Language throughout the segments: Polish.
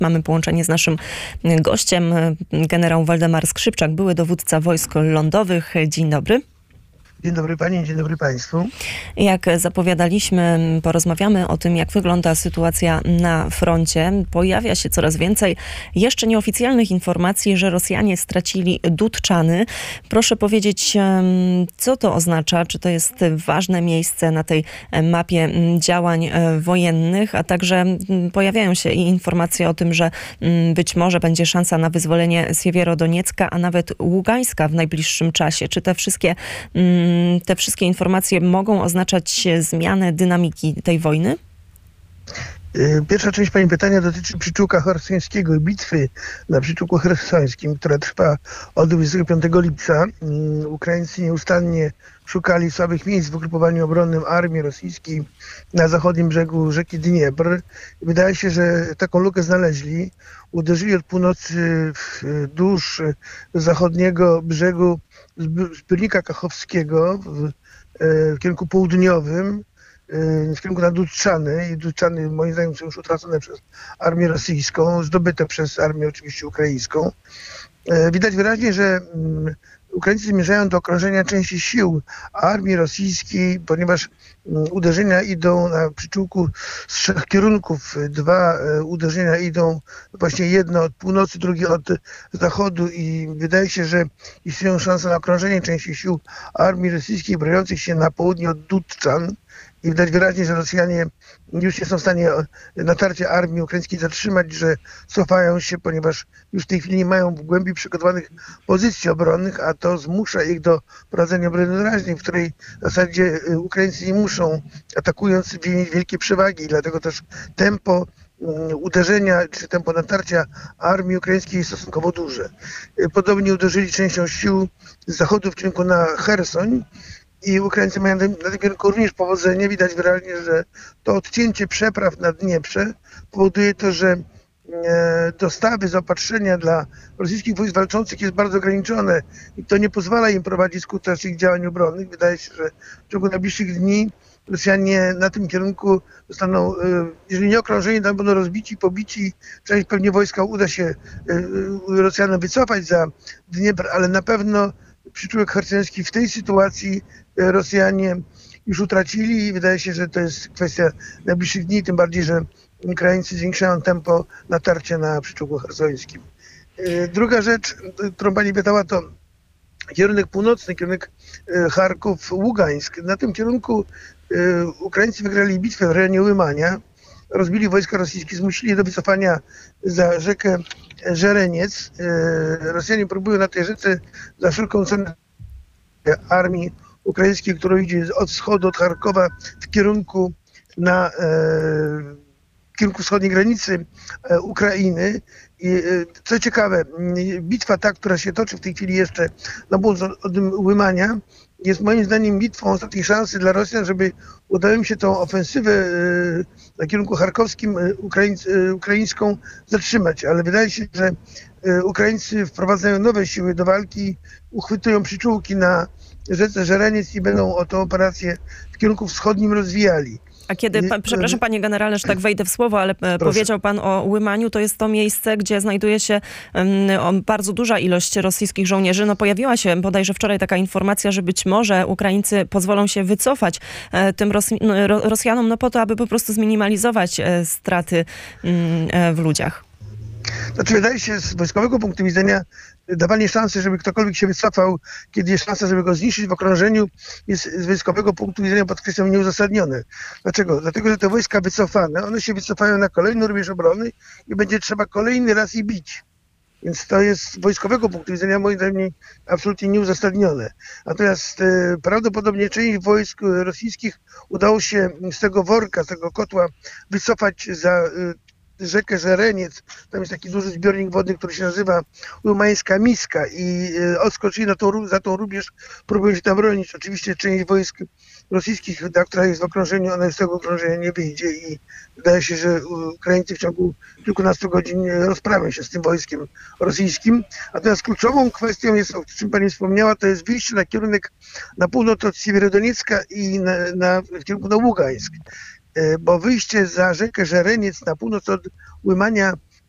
Mamy połączenie z naszym gościem, generał Waldemar Skrzypczak, były dowódca wojsk lądowych. Dzień dobry. Dzień dobry pani, dzień dobry państwu. Jak zapowiadaliśmy, porozmawiamy o tym, jak wygląda sytuacja na froncie. Pojawia się coraz więcej jeszcze nieoficjalnych informacji, że Rosjanie stracili Dudczany. Proszę powiedzieć, co to oznacza? Czy to jest ważne miejsce na tej mapie działań wojennych? A także pojawiają się i informacje o tym, że być może będzie szansa na wyzwolenie Siewierodoniecka, a nawet Ługańska w najbliższym czasie. Czy te wszystkie informacje mogą oznaczać zmianę dynamiki tej wojny? Pierwsza część pani pytania dotyczy przyczółka chersońskiego i bitwy na przyczółku chersońskim, która trwa od 25 lipca. Ukraińcy nieustannie szukali słabych miejsc w ugrupowaniu obronnym armii rosyjskiej na zachodnim brzegu rzeki Dniepr. Wydaje się, że taką lukę znaleźli. Uderzyli od północy wzdłuż zachodniego brzegu zbiornika kachowskiego w kierunku południowym, w kierunku na Dudczany. I Dudczany moim zdaniem są już utracone przez armię rosyjską, zdobyte przez armię oczywiście ukraińską. Widać wyraźnie, że Ukraińcy zmierzają do okrążenia części sił armii rosyjskiej, ponieważ uderzenia idą na przyczółku z 3 kierunków. 2 uderzenia idą właśnie, jedno od północy, drugie od zachodu i wydaje się, że istnieją szanse na okrążenie części sił armii rosyjskiej broniących się na południe od Dudczan. I widać wyraźnie, że Rosjanie już nie są w stanie natarcia armii ukraińskiej zatrzymać, że cofają się, ponieważ już w tej chwili nie mają w głębi przygotowanych pozycji obronnych, a to zmusza ich do prowadzenia obrony doraźnej, w której w zasadzie Ukraińcy nie muszą, atakując, mieć wielkie przewagi. Dlatego też tempo uderzenia czy tempo natarcia armii ukraińskiej jest stosunkowo duże. Podobnie uderzyli częścią sił z zachodu w kierunku na Chersoń. I Ukraińcy mają na tym kierunku również powodzenie. Widać wyraźnie, że to odcięcie przepraw na Dnieprze powoduje to, że dostawy zaopatrzenia dla rosyjskich wojsk walczących jest bardzo ograniczone i to nie pozwala im prowadzić skutecznych działań obronnych. Wydaje się, że w ciągu najbliższych dni Rosjanie na tym kierunku zostaną, jeżeli nie okrążeni, to będą rozbici, pobici. Część pewnie wojska uda się Rosjanom wycofać za Dniepr, ale na pewno przyczółek chersoński w tej sytuacji Rosjanie już utracili i wydaje się, że to jest kwestia najbliższych dni, tym bardziej, że Ukraińcy zwiększają tempo natarcia na przyczółku chersońskim. Druga rzecz, którą pani pytała, to kierunek północny, kierunek Charków-Ługańsk. Na tym kierunku Ukraińcy wygrali bitwę w rejonie Łymania, rozbili wojska rosyjskie, zmusili do wycofania za rzekę Żereniec. Rosjanie próbują na tej rzece za wszelką cenę armii ukraińskiej, która idzie od wschodu, od Charkowa w kierunku wschodniej granicy Ukrainy. I co ciekawe, bitwa ta, która się toczy w tej chwili jeszcze na północ od Łymania, jest moim zdaniem bitwą ostatniej szansy dla Rosjan, żeby udało im się tą ofensywę na kierunku charkowskim ukraińską zatrzymać. Ale wydaje się, że Ukraińcy wprowadzają nowe siły do walki, uchwytują przyczółki na rzece Żereniec i będą o tę operację w kierunku wschodnim rozwijali. A kiedy, przepraszam panie generale, że tak wejdę w słowo, ale powiedział pan o Łymaniu, to jest to miejsce, gdzie znajduje się bardzo duża ilość rosyjskich żołnierzy. No pojawiła się bodajże wczoraj taka informacja, że być może Ukraińcy pozwolą się wycofać tym Rosjanom, no po to, aby po prostu zminimalizować straty w ludziach. Znaczy wydaje się z wojskowego punktu widzenia dawanie szansy, żeby ktokolwiek się wycofał, kiedy jest szansa, żeby go zniszczyć w okrążeniu, jest z wojskowego punktu widzenia, podkreślam, nieuzasadnione. Dlaczego? Dlatego, że te wojska wycofane, one się wycofają na kolejny rubież obrony i będzie trzeba kolejny raz je bić. Więc to jest z wojskowego punktu widzenia moim zdaniem absolutnie nieuzasadnione. Natomiast prawdopodobnie część wojsk rosyjskich udało się z tego worka, z tego kotła wycofać za rzekę Żereniec. Tam jest taki duży zbiornik wodny, który się nazywa Łumańska Miska i odskoczyli za tą rubież, próbują się tam bronić. Oczywiście część wojsk rosyjskich, która jest w okrążeniu, ona z tego okrążenia nie wyjdzie i wydaje się, że Ukraińcy w ciągu kilkunastu godzin rozprawią się z tym wojskiem rosyjskim. Natomiast kluczową kwestią jest, o czym pani wspomniała, to jest wyjście na kierunek na północ od Siewierodoniecka i w kierunku na Ługańsk. Bo wyjście za rzekę Żereniec na północ od Łymania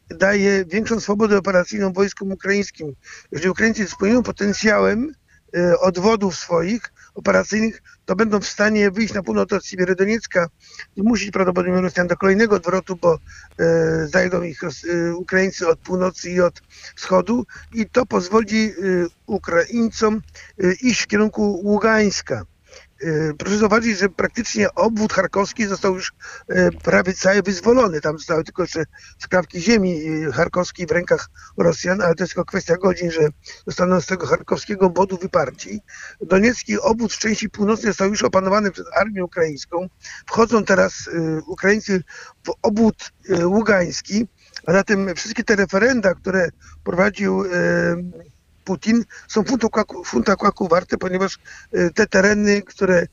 daje większą swobodę operacyjną wojskom ukraińskim. Jeżeli Ukraińcy dysponują potencjałem odwodów swoich operacyjnych, to będą w stanie wyjść na północ od Siewierodoniecka i musić prawdopodobnie Rosjan do kolejnego odwrotu, bo zajdą ich Ukraińcy od północy i od wschodu i to pozwoli Ukraińcom iść w kierunku Ługańska. Proszę zauważyć, że praktycznie obwód charkowski został już prawie cały wyzwolony. Tam zostały tylko jeszcze skrawki ziemi charkowskiej w rękach Rosjan, ale to jest tylko kwestia godzin, że zostaną z tego charkowskiego obwodu wyparci. Doniecki obwód w części północnej został już opanowany przez armię ukraińską. Wchodzą teraz Ukraińcy w obwód ługański, a zatem wszystkie te referenda, które prowadził Putin, są funta kłaku warte, ponieważ te tereny, które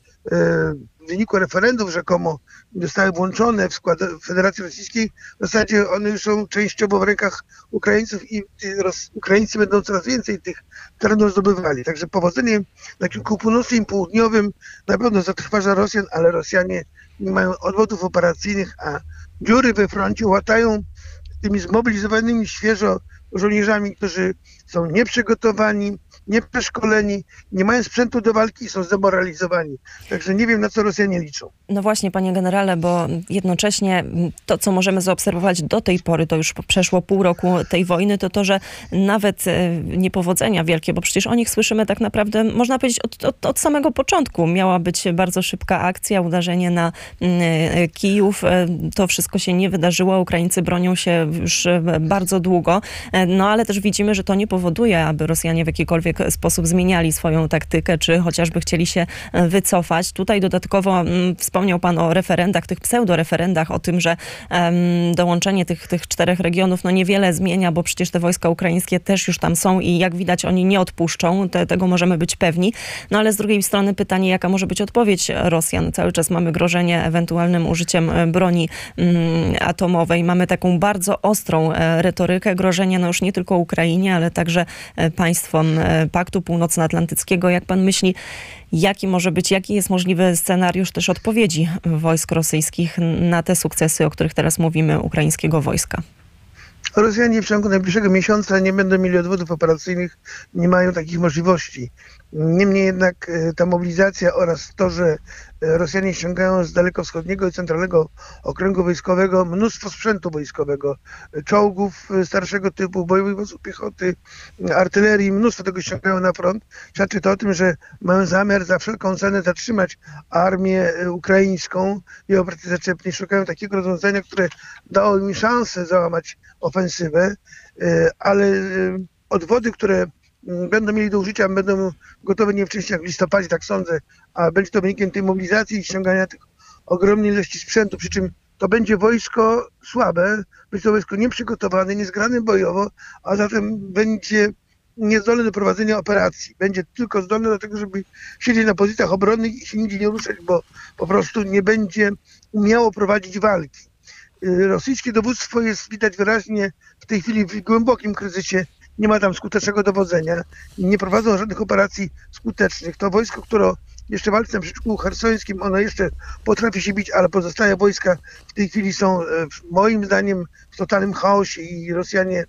w wyniku referendów rzekomo zostały włączone w skład Federacji Rosyjskiej, w zasadzie one już są częściowo w rękach Ukraińców i Ukraińcy będą coraz więcej tych terenów zdobywali. Także powodzenie na kierunku północnym i południowym na pewno zatrważa Rosjan, ale Rosjanie nie mają odwodów operacyjnych, a dziury we froncie łatają tymi zmobilizowanymi świeżo żołnierzami, którzy są nieprzygotowani, nieprzeszkoleni, nie mają sprzętu do walki i są zdemoralizowani. Także nie wiem, na co Rosjanie liczą. No właśnie, panie generale, bo jednocześnie to, co możemy zaobserwować do tej pory, to już przeszło pół roku tej wojny, to, że nawet niepowodzenia wielkie, bo przecież o nich słyszymy tak naprawdę, można powiedzieć, od samego początku. Miała być bardzo szybka akcja, uderzenie na Kijów. To wszystko się nie wydarzyło. Ukraińcy bronią się już bardzo długo. No ale też widzimy, że to nie powoduje, aby Rosjanie w jakikolwiek sposób zmieniali swoją taktykę, czy chociażby chcieli się wycofać. Tutaj dodatkowo wspomniał pan o referendach, tych pseudoreferendach, o tym, że dołączenie tych 4 regionów no niewiele zmienia, bo przecież te wojska ukraińskie też już tam są i jak widać oni nie odpuszczą. Tego możemy być pewni. No ale z drugiej strony pytanie, jaka może być odpowiedź Rosjan? Cały czas mamy grożenie ewentualnym użyciem broni atomowej. Mamy taką bardzo ostrą retorykę grożenia no już nie tylko Ukrainie, ale także państwom Paktu Północnoatlantyckiego. Jak pan myśli, jaki jest możliwy scenariusz też odpowiedzi wojsk rosyjskich na te sukcesy, o których teraz mówimy, ukraińskiego wojska? Rosjanie w ciągu najbliższego miesiąca nie będą mieli odwodów operacyjnych, nie mają takich możliwości. Niemniej jednak ta mobilizacja oraz to, że Rosjanie ściągają z dalekowschodniego i centralnego okręgu wojskowego mnóstwo sprzętu wojskowego, czołgów starszego typu, bojowych wozów piechoty, artylerii, mnóstwo tego ściągają na front. Świadczy to o tym, że mają zamiar za wszelką cenę zatrzymać armię ukraińską i operację zaczepnej. Szukają takiego rozwiązania, które dało im szansę załamać ofensywę, ale odwody, które będą mieli do użycia, będą gotowe nie wcześniej jak w listopadzie, tak sądzę, a będzie to wynikiem tej mobilizacji i ściągania tych ogromnej ilości sprzętu, przy czym to będzie wojsko słabe, będzie to wojsko nieprzygotowane, niezgrane bojowo, a zatem będzie niezdolne do prowadzenia operacji. Będzie tylko zdolne do tego, żeby siedzieć na pozycjach obronnych i się nigdzie nie ruszać, bo po prostu nie będzie umiało prowadzić walki. Rosyjskie dowództwo jest widać wyraźnie w tej chwili w głębokim kryzysie. Nie ma tam skutecznego dowodzenia, nie prowadzą żadnych operacji skutecznych. To wojsko, które jeszcze walczy na przeciwko chersońskim, ono jeszcze potrafi się bić, ale pozostałe wojska w tej chwili są moim zdaniem w totalnym chaosie i Rosjanie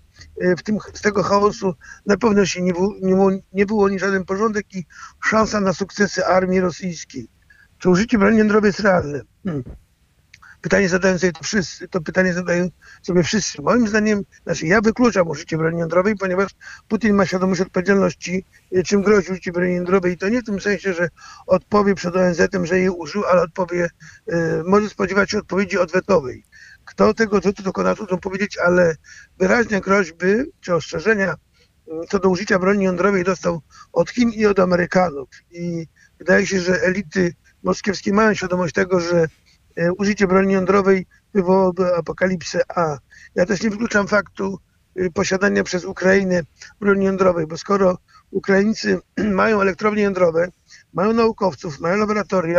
z tego chaosu na pewno się nie wyłoni żaden porządek i szansa na sukcesy armii rosyjskiej. Czy użycie broni jądrowej jest realne? Pytanie zadają sobie to pytanie zadają sobie wszyscy. Moim zdaniem, ja wykluczam użycie broni jądrowej, ponieważ Putin ma świadomość odpowiedzialności, czym grozi użycie broni jądrowej. I to nie w tym sensie, że odpowie przed ONZ-em, że jej użył, ale może spodziewać się odpowiedzi odwetowej. Kto tego dokona, trudno powiedzieć, ale wyraźne groźby czy ostrzeżenia co do użycia broni jądrowej dostał od Chin i od Amerykanów. I wydaje się, że elity moskiewskie mają świadomość tego, że użycie broni jądrowej wywołałoby apokalipsę. A ja też nie wykluczam faktu posiadania przez Ukrainę broni jądrowej, bo skoro Ukraińcy mają elektrownie jądrowe, mają naukowców, mają laboratoria,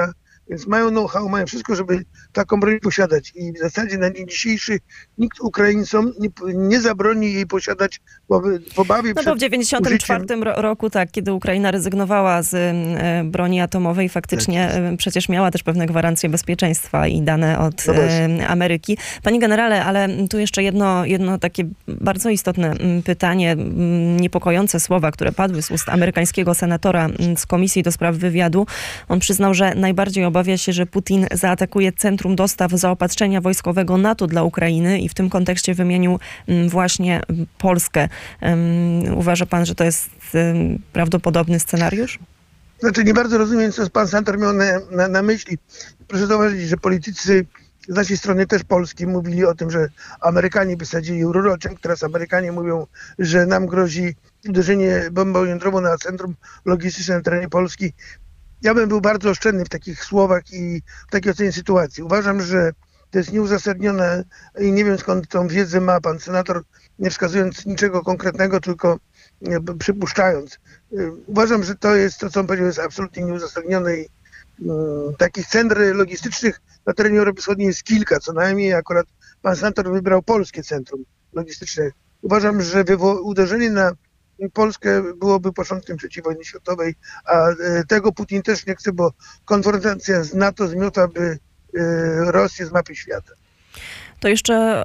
Więc mają know-how, mają wszystko, żeby taką broń posiadać. I w zasadzie na dzień dzisiejszy nikt Ukraińcom nie zabroni jej posiadać w obawie No przed bo w 1994 roku, tak, kiedy Ukraina rezygnowała z broni atomowej, faktycznie przecież miała też pewne gwarancje bezpieczeństwa i dane od Ameryki. Panie generale, ale tu jeszcze jedno takie bardzo istotne pytanie, niepokojące słowa, które padły z ust amerykańskiego senatora z Komisji do Spraw Wywiadu. On przyznał, że najbardziej obawia się, że Putin zaatakuje centrum dostaw zaopatrzenia wojskowego NATO dla Ukrainy i w tym kontekście wymienił właśnie Polskę. Uważa pan, że to jest prawdopodobny scenariusz? Znaczy, nie bardzo rozumiem, co pan senator miał na myśli. Proszę zauważyć, że politycy z naszej strony też Polski mówili o tym, że Amerykanie wysadzili rurociąg. Teraz Amerykanie mówią, że nam grozi uderzenie bombą jądrową na centrum logistyczne na terenie Polski. Ja bym był bardzo oszczędny w takich słowach i w takiej ocenie sytuacji. Uważam, że to jest nieuzasadnione i nie wiem, skąd tą wiedzę ma pan senator, nie wskazując niczego konkretnego, tylko przypuszczając. Uważam, że to jest to, co on powiedział, jest absolutnie nieuzasadnione i takich centr logistycznych na terenie Europy Wschodniej jest kilka, co najmniej. Akurat pan senator wybrał polskie centrum logistyczne. Uważam, że uderzenie na Polskę byłoby początkiem III wojny światowej, a tego Putin też nie chce, bo konfrontacja z NATO zmiotaby Rosję z mapy świata. To jeszcze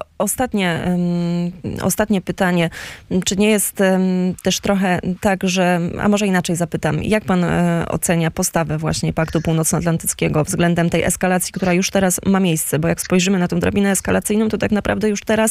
ostatnie pytanie. Czy nie jest też trochę tak, że, a może inaczej zapytam, jak pan ocenia postawę właśnie Paktu Północnoatlantyckiego względem tej eskalacji, która już teraz ma miejsce? Bo jak spojrzymy na tę drabinę eskalacyjną, to tak naprawdę już teraz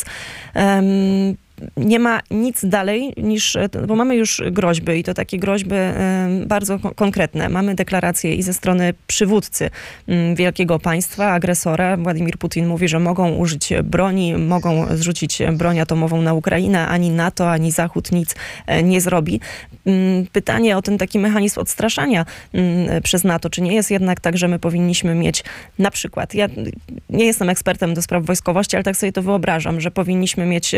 nie ma nic dalej niż, bo mamy już groźby i to takie groźby bardzo konkretne. Mamy deklaracje i ze strony przywódcy wielkiego państwa, agresora. Władimir Putin mówi, że mogą użyć broni, mogą zrzucić broń atomową na Ukrainę. Ani NATO, ani Zachód nic nie zrobi. Pytanie o ten taki mechanizm odstraszania przez NATO. Czy nie jest jednak tak, że my powinniśmy mieć na przykład, ja nie jestem ekspertem do spraw wojskowości, ale tak sobie to wyobrażam, że powinniśmy mieć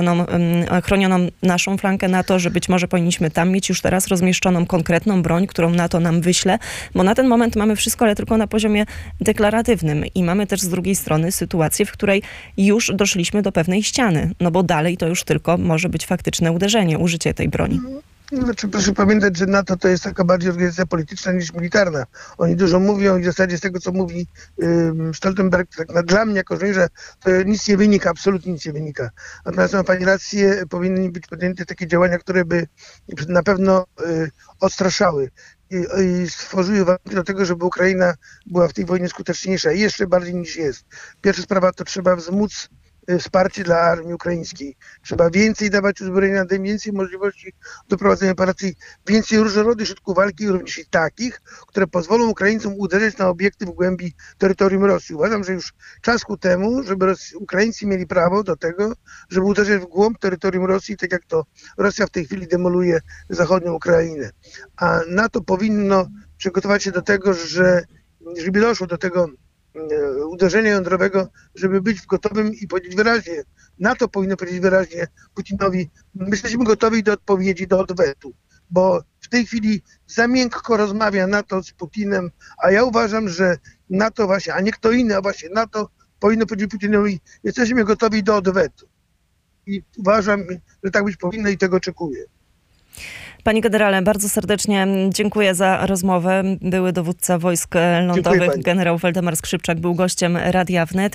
chronioną naszą flankę NATO, że być może powinniśmy tam mieć już teraz rozmieszczoną konkretną broń, którą NATO nam wyśle, bo na ten moment mamy wszystko, ale tylko na poziomie deklaratywnym i mamy też z drugiej strony sytuację, w której już doszliśmy do pewnej ściany, no bo dalej to już tylko może być faktyczne uderzenie, użycie tej broni. Znaczy, proszę pamiętać, że NATO to jest taka bardziej organizacja polityczna niż militarna. Oni dużo mówią i w zasadzie z tego, co mówi Stoltenberg, tak dla mnie jako żołnierza, to nic nie wynika, absolutnie nic nie wynika. Natomiast ma pani rację, powinny być podjęte takie działania, które by na pewno odstraszały i stworzyły warunki do tego, żeby Ukraina była w tej wojnie skuteczniejsza i jeszcze bardziej niż jest. Pierwsza sprawa to trzeba wzmóc wsparcie dla armii ukraińskiej. Trzeba więcej dawać uzbrojenia, więcej możliwości do prowadzenia operacji, więcej różnorodnych środków walki, również i takich, które pozwolą Ukraińcom uderzyć na obiekty w głębi terytorium Rosji. Uważam, że już czas ku temu, żeby Ukraińcy mieli prawo do tego, żeby uderzyć w głąb terytorium Rosji, tak jak to Rosja w tej chwili demoluje zachodnią Ukrainę. A NATO powinno przygotować się do tego, że żeby doszło do tego uderzenia jądrowego, żeby być gotowym i powiedzieć wyraźnie, NATO powinno powiedzieć wyraźnie Putinowi, my jesteśmy gotowi do odpowiedzi, do odwetu, bo w tej chwili za miękko rozmawia NATO z Putinem, a ja uważam, że NATO właśnie, a nie kto inny, a właśnie NATO powinno powiedzieć Putinowi, jesteśmy gotowi do odwetu. I uważam, że tak być powinno i tego oczekuję. Panie generale, bardzo serdecznie dziękuję za rozmowę. Były dowódca wojsk lądowych, generał Waldemar Skrzypczak, był gościem Radia Wnet.